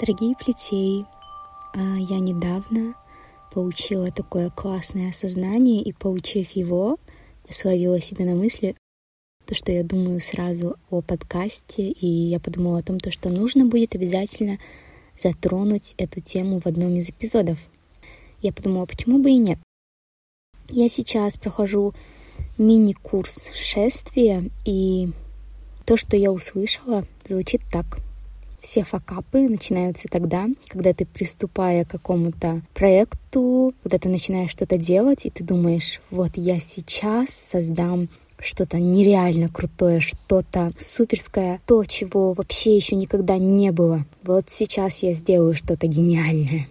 Дорогие плетеи, я недавно получила такое классное осознание, и, получив его, я словила себя на мысли, что я думаю сразу о подкасте, и я подумала о том, что нужно будет обязательно затронуть эту тему в одном из эпизодов. Я подумала, почему бы и нет. Я сейчас прохожу мини-курс шествия, и то, что я услышала, звучит так. Все факапы начинаются тогда, когда ты, приступая к какому-то проекту, когда ты начинаешь что-то делать, и ты думаешь, вот я сейчас создам что-то нереально крутое, что-то суперское, то, чего вообще еще никогда не было. Вот сейчас я сделаю что-то гениальное.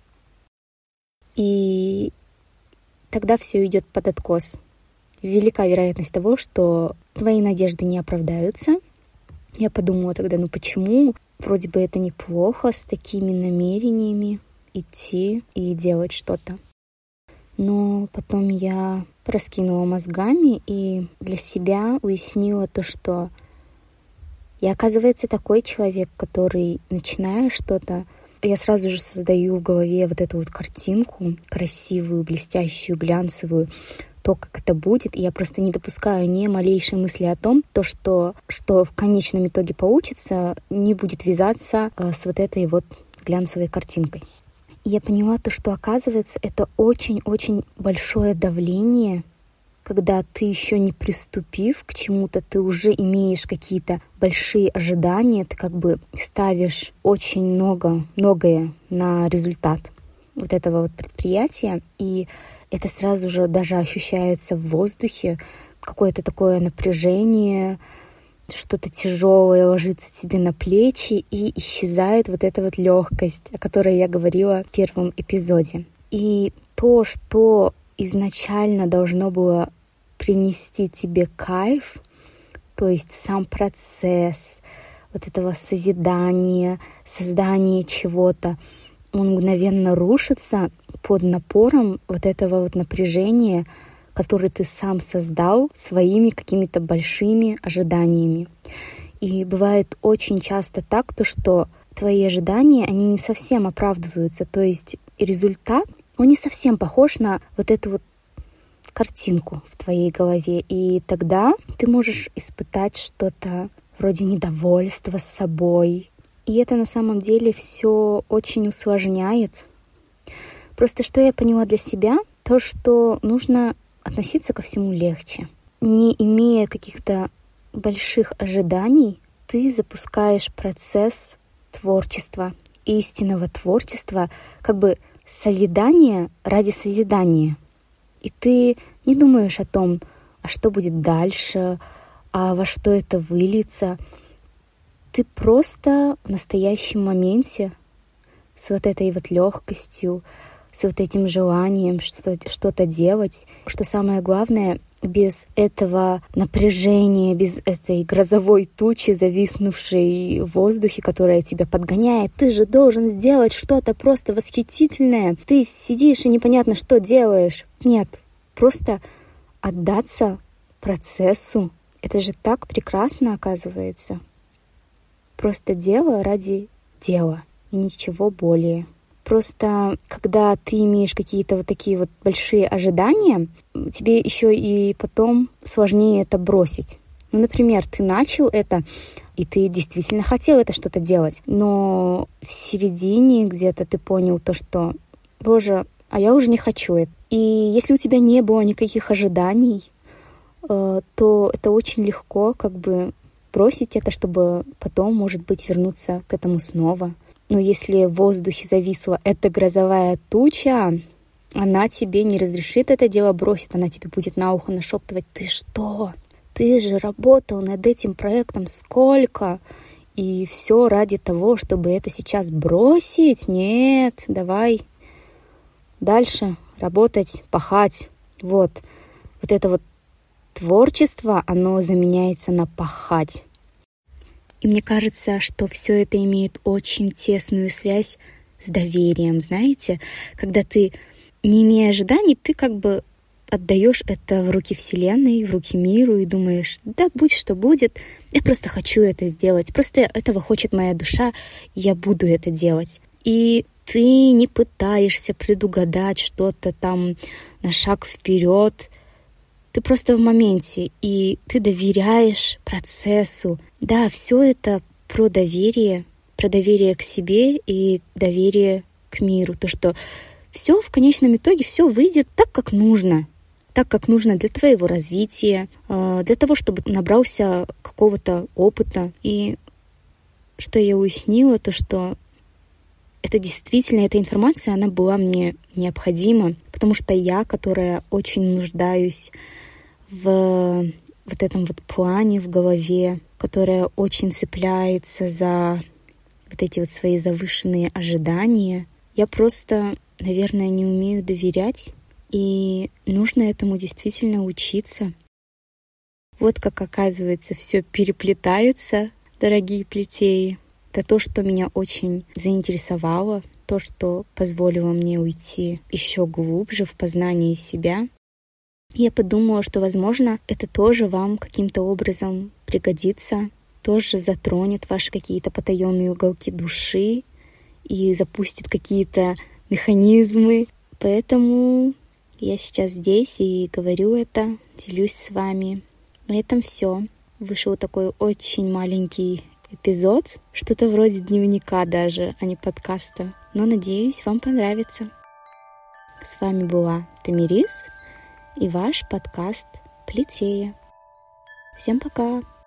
И тогда все идет под откос. Велика вероятность того, что твои надежды не оправдаются. Я подумала тогда, почему? Вроде бы это неплохо с такими намерениями идти и делать что-то. Но потом я проскинула мозгами и для себя уяснила то, что я, оказывается, такой человек, который, начиная что-то, я сразу же создаю в голове вот эту вот картинку красивую, блестящую, глянцевую, то, как это будет, и я просто не допускаю ни малейшей мысли о том, что в конечном итоге получится, не будет вязаться с вот этой вот глянцевой картинкой. И я поняла то, что, оказывается, это очень-очень большое давление, когда ты еще не приступив к чему-то, ты уже имеешь какие-то большие ожидания, ты как бы ставишь очень многое на результат вот этого вот предприятия, и это сразу же даже ощущается в воздухе, какое-то такое напряжение, что-то тяжелое ложится тебе на плечи, и исчезает вот эта вот легкость, о которой я говорила в первом эпизоде. И то, что изначально должно было принести тебе кайф, то есть сам процесс вот этого созидания, создания чего-то, он мгновенно рушится под напором вот этого вот напряжения, которое ты сам создал своими какими-то большими ожиданиями. И бывает очень часто так, что твои ожидания, они не совсем оправдываются, то есть результат, он не совсем похож на вот эту вот картинку в твоей голове, и тогда ты можешь испытать что-то вроде недовольства собой, и это на самом деле все очень усложняет. Просто что я поняла для себя, то, что нужно относиться ко всему легче. Не имея каких-то больших ожиданий, ты запускаешь процесс творчества, истинного творчества, как бы созидания ради созидания. И ты не думаешь о том, а что будет дальше, а во что это выльется. Ты просто в настоящем моменте с вот этой вот легкостью, с вот этим желанием что-то делать. Что самое главное, без этого напряжения, без этой грозовой тучи, зависнувшей в воздухе, которая тебя подгоняет. Ты же должен сделать что-то просто восхитительное. Ты сидишь и непонятно, что делаешь. Нет, просто отдаться процессу. Это же так прекрасно, оказывается. Просто дело ради дела и ничего более. Просто когда ты имеешь какие-то вот такие вот большие ожидания, тебе еще и потом сложнее это бросить. Например, ты начал это, и ты действительно хотел это что-то делать, но в середине где-то ты понял то, что, боже, а я уже не хочу это. И если у тебя не было никаких ожиданий, то это очень легко как бы бросить это, чтобы потом, может быть, вернуться к этому снова. Но если в воздухе зависла эта грозовая туча, она тебе не разрешит это дело бросить, она тебе будет на ухо нашептывать: ты что? Ты же работал над этим проектом сколько? И все ради того, чтобы это сейчас бросить? Нет, давай дальше работать, пахать. Вот это вот творчество, оно заменяется на пахать. И мне кажется, что все это имеет очень тесную связь с доверием, знаете? Когда ты, не имея ожиданий, ты как бы отдаешь это в руки Вселенной, в руки миру и думаешь, да будь что будет, Я просто хочу это сделать. Просто этого хочет моя душа, и я буду это делать. И ты не пытаешься предугадать что-то там на шаг вперед. Ты просто в моменте, и ты доверяешь процессу. Да, все это про доверие к себе и доверие к миру. То, что все в конечном итоге, все выйдет так, как нужно. Так, как нужно для твоего развития, для того, чтобы набрался какого-то опыта. И что я уяснила, то, что это действительно, эта информация, она была мне необходима, потому что я, которая очень нуждаюсь в вот этом вот плане в голове, которая очень цепляется за вот эти вот свои завышенные ожидания, я просто, наверное, не умею доверять, и нужно этому действительно учиться. Вот как, оказывается, все переплетается, дорогие плетеи. Это то, что меня очень заинтересовало, то, что позволило мне уйти еще глубже в познание себя. Я подумала, что, возможно, это тоже вам каким-то образом пригодится, тоже затронет ваши какие-то потаенные уголки души и запустит какие-то механизмы. Поэтому я сейчас здесь и говорю это, делюсь с вами. На этом все. Вышел такой очень маленький эпизод, что-то вроде дневника даже, а не подкаста. Но надеюсь, вам понравится. С вами была Тамирис и ваш подкаст «Плетея». Всем пока!